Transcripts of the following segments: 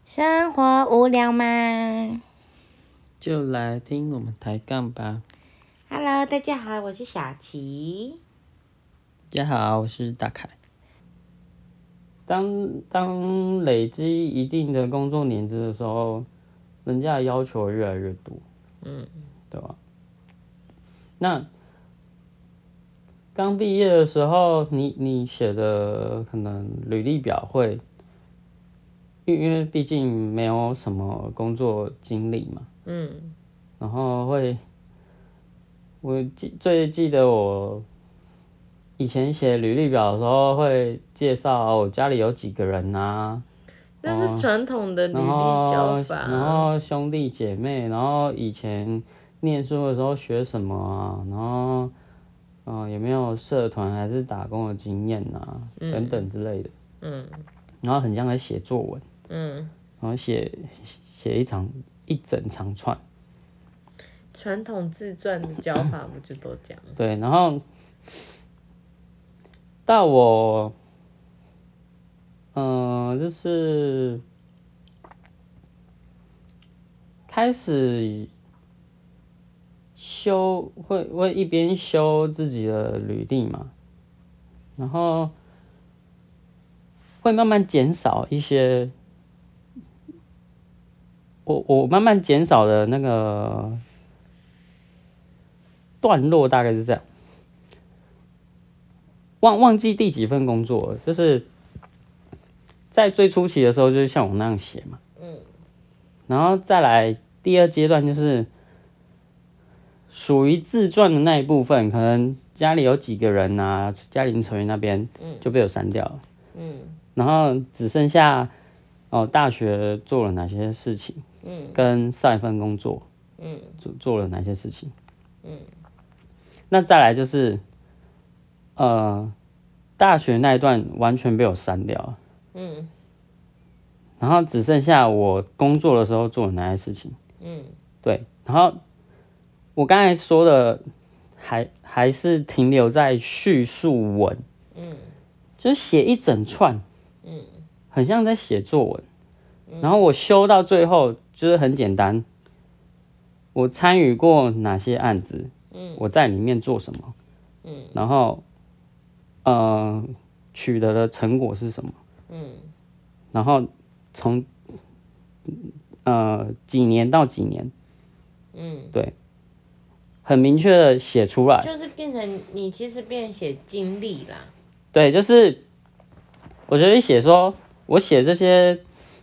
生活无聊吗就来听我们抬杠吧。 ？Hello，大家好，我是小琪。 大家好，我是大凯。当累积一定的工作年资的时候，人家的要求越来越多，对吧？那刚毕业的时候，你写的可能履历表会，因为毕竟没有什么工作经历嘛，然后我最记得我以前写履历表的时候会介绍我家里有几个人啊， 那是传统的履然历交后法。 兄弟姐妹，然后以前念书的时候学什么啊，然后有没有社团还是打工的经验啊，等等之类的，然后很像在写作文，然后写一整长串， 传统自传的交法不就都这样？ 对，然后到我就是开始会一边修自己的履历嘛，然后会慢慢减少一些，我慢慢减少的那个段落大概是这样，忘记第几份工作了，就是在最初期的时候就是像我那样写嘛，然后再来第二阶段就是属于自传的那一部分，可能家里有几个人啊，家庭成员那边就被我删掉了，然后只剩下大学做了哪些事情，跟上一份工作，做了哪些事情，那再来就是大学那一段完全被我删掉了，然后只剩下我工作的时候做的哪些事情，对，然后我刚才说的还是停留在叙述文，就是写一整串，很像在写作文，然后我修到最后就是很简单，我参与过哪些案子，我在里面做什么，然后取得的成果是什么，然后从几年到几年，对，很明确的写出来， 就是变成你其实变成写经历啦。 对，就是我觉得写说我写这些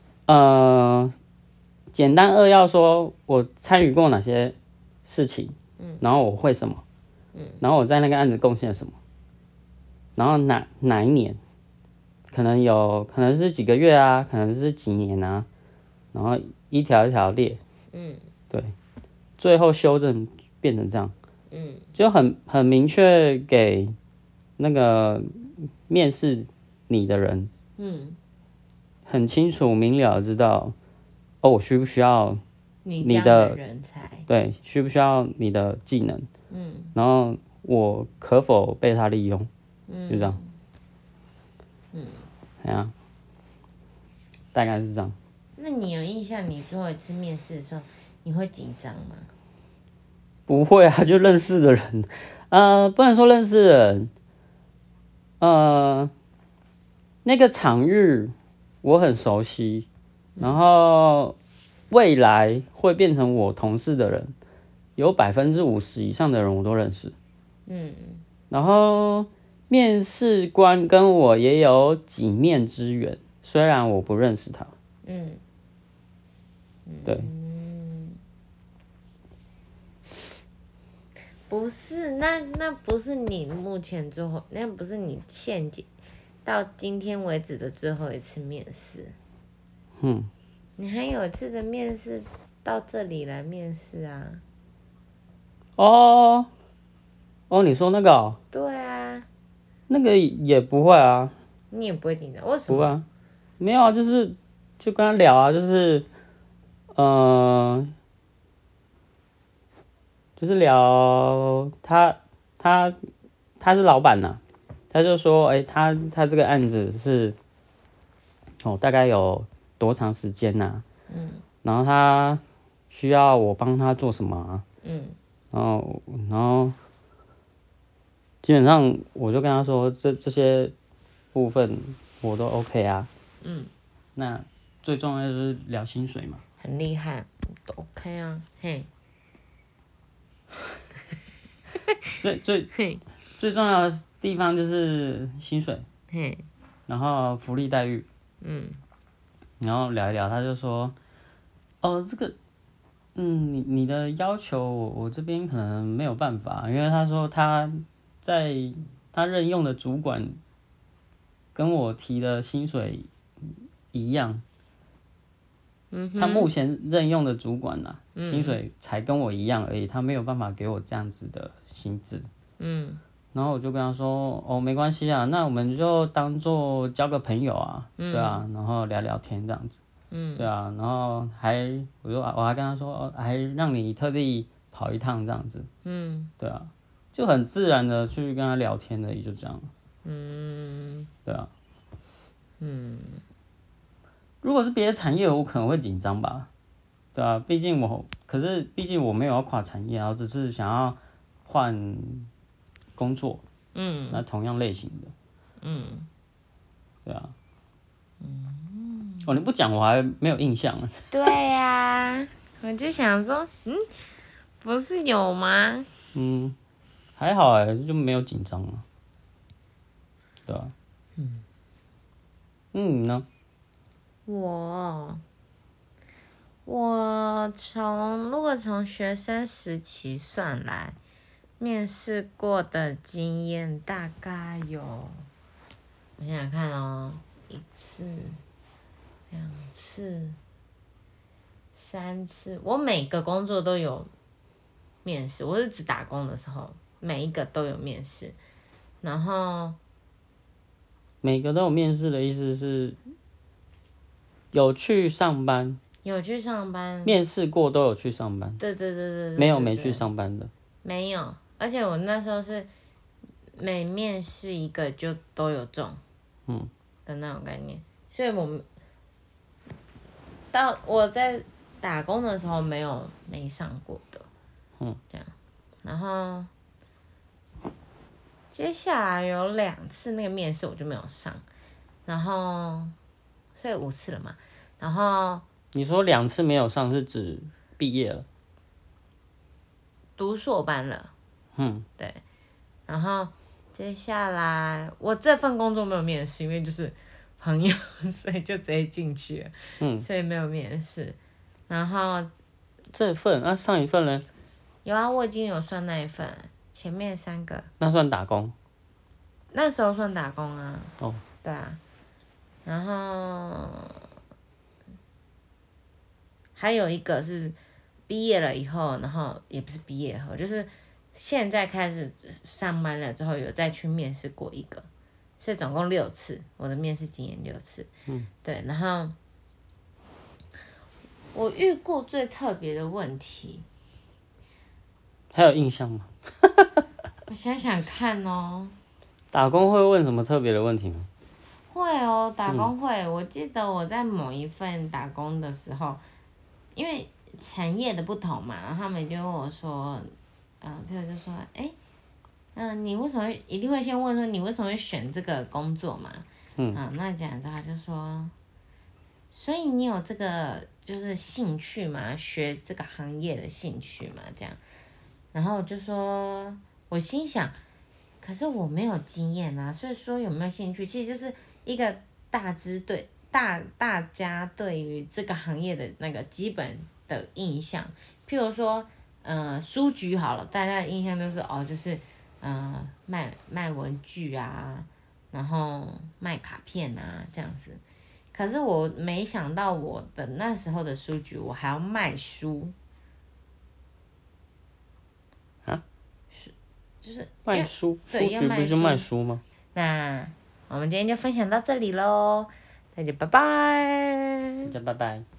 简单扼要说我参与过哪些事情，然后我会什么，然后我在那个案子贡献了什么，然后哪一年，可能是几个月啊，可能是几年啊，然后一条一条列，对，最后修正变成这样，就很明确给那个面试你的人，很清楚明了地知道，我需不需要你这样的人才， 对，需不需要你的技能，然后我可否被他利用，就这样，哎呀，大概是这样。 那你有印象？你最后一次面试的时候，你会紧张吗？ 不会啊，就认识的人，不能说认识的人，那个场域我很熟悉，然后未来会变成我同事的人，有50%以上的人我都认识，然后面试官跟我也有几面之缘，虽然我不认识他，对。 不是，那不是你目前最后，那不是你到今天为止的最后一次面试。你还有一次的面试到这里来面试啊？ 哦，你说那个对啊， 那个也不会啊， 你也不会紧张，为什么？ 不会啊，没有啊，就跟他聊啊，就是聊他是老板呐、他就说，他这个案子是大概有多长时间啊，然后他需要我帮他做什么啊，然后基本上我就跟他说这些部分我都 OK 啊，那最重要的就是聊薪水嘛， 很厉害，都 OK 啊，嘿， 最重要的地方就是薪水， 嘿， 然后福利待遇，然后聊一聊，他就说，哦，这个，你的要求我这边可能没有办法，因为他说他任用的主管跟我提的薪水一样，他目前任用的主管呐、薪水才跟我一样而已，他没有办法给我这样子的薪资。然后我就跟他说，哦，没关系啊，那我们就当做交个朋友啊，对啊，然后聊聊天这样子，对啊，然后我还跟他说，哦，还让你特地跑一趟这样子，对啊，就很自然的去跟他聊天而已，就这样，对啊，如果是别的产业，我可能会紧张吧，对啊，毕竟我没有要跨产业啊，我只是想要换工作，那同样类型的，对啊，哦，你不讲我还没有印象呢。 对呀、我就想说，不是有吗？ 还好就没有紧张啊，对吧、你呢？ 我如果从学生时期算来，面试过的经验大概有，我想想看哦，1次、2次、3次，我每个工作都有面试，我是只打工的时候，每一个都有面试，然后每个都有面试的意思是有去上班， 有去上班， 面试过都有去上班， 对， 没有没去上班的。 没有，而且我那时候是每面试一个就都有中，的那种概念，所以我在打工的时候没上过的，这样，然后接下来有2次那个面试我就没有上，然后所以5次了嘛，然后你说2次没有上是指毕业了？ 读硕班了，对，然后接下来我这份工作没有面试，因为就是朋友，所以就直接进去了，所以没有面试。然后这份上一份呢？ 有啊，我已经有算那一份，前面3个那算打工？ 那时候算打工啊。 哦。 对啊，然后还有一个是毕业了以后，然后也不是毕业后，就是现在开始上班了之后，有再去面试过一个，所以总共6次，我的面试经验6次。对，然后我遇过最特别的问题， 还有印象吗？ 我想想看哦。 打工会问什么特别的问题吗？ 会哦，打工会。我记得我在某一份打工的时候，因为产业的不同嘛，然后他们就问我说，譬如就说，你为什么一定会先问说你为什么会选这个工作嘛？那讲之后他就说，所以你有这个就是兴趣嘛，学这个行业的兴趣嘛，这样。然后我就说，我心想，可是我没有经验啊，所以说有没有兴趣，其实就是一个大家对于这个行业的那个基本的印象，譬如说，书局好了，大家的印象都是就是卖文具啊，然后卖卡片啊这样子。可是我没想到我的那时候的书局，我还要卖书。就是卖书，书对， 局不是就卖书吗？ 那我们今天就分享到这里喽，大家拜拜。 大家拜拜。